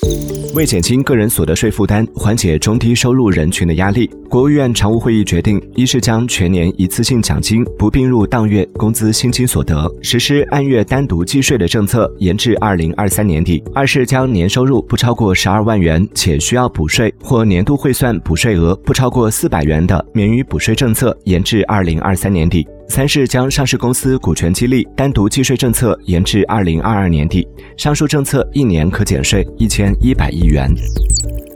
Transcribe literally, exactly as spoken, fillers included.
为减轻个人所得税负担，缓解中低收入人群的压力，国务院常务会议决定，一是将全年一次性奖金不并入当月工资薪金所得，实施按月单独计税的政策延至二零二三年底；二是将年收入不超过十二万元且需要补税或年度汇算补税额不超过四百元的免于补税政策延至二零二三年底；三是将上市公司股权激励单独计税政策延至二零二二年底。上述政策一年可减税一千一百亿元。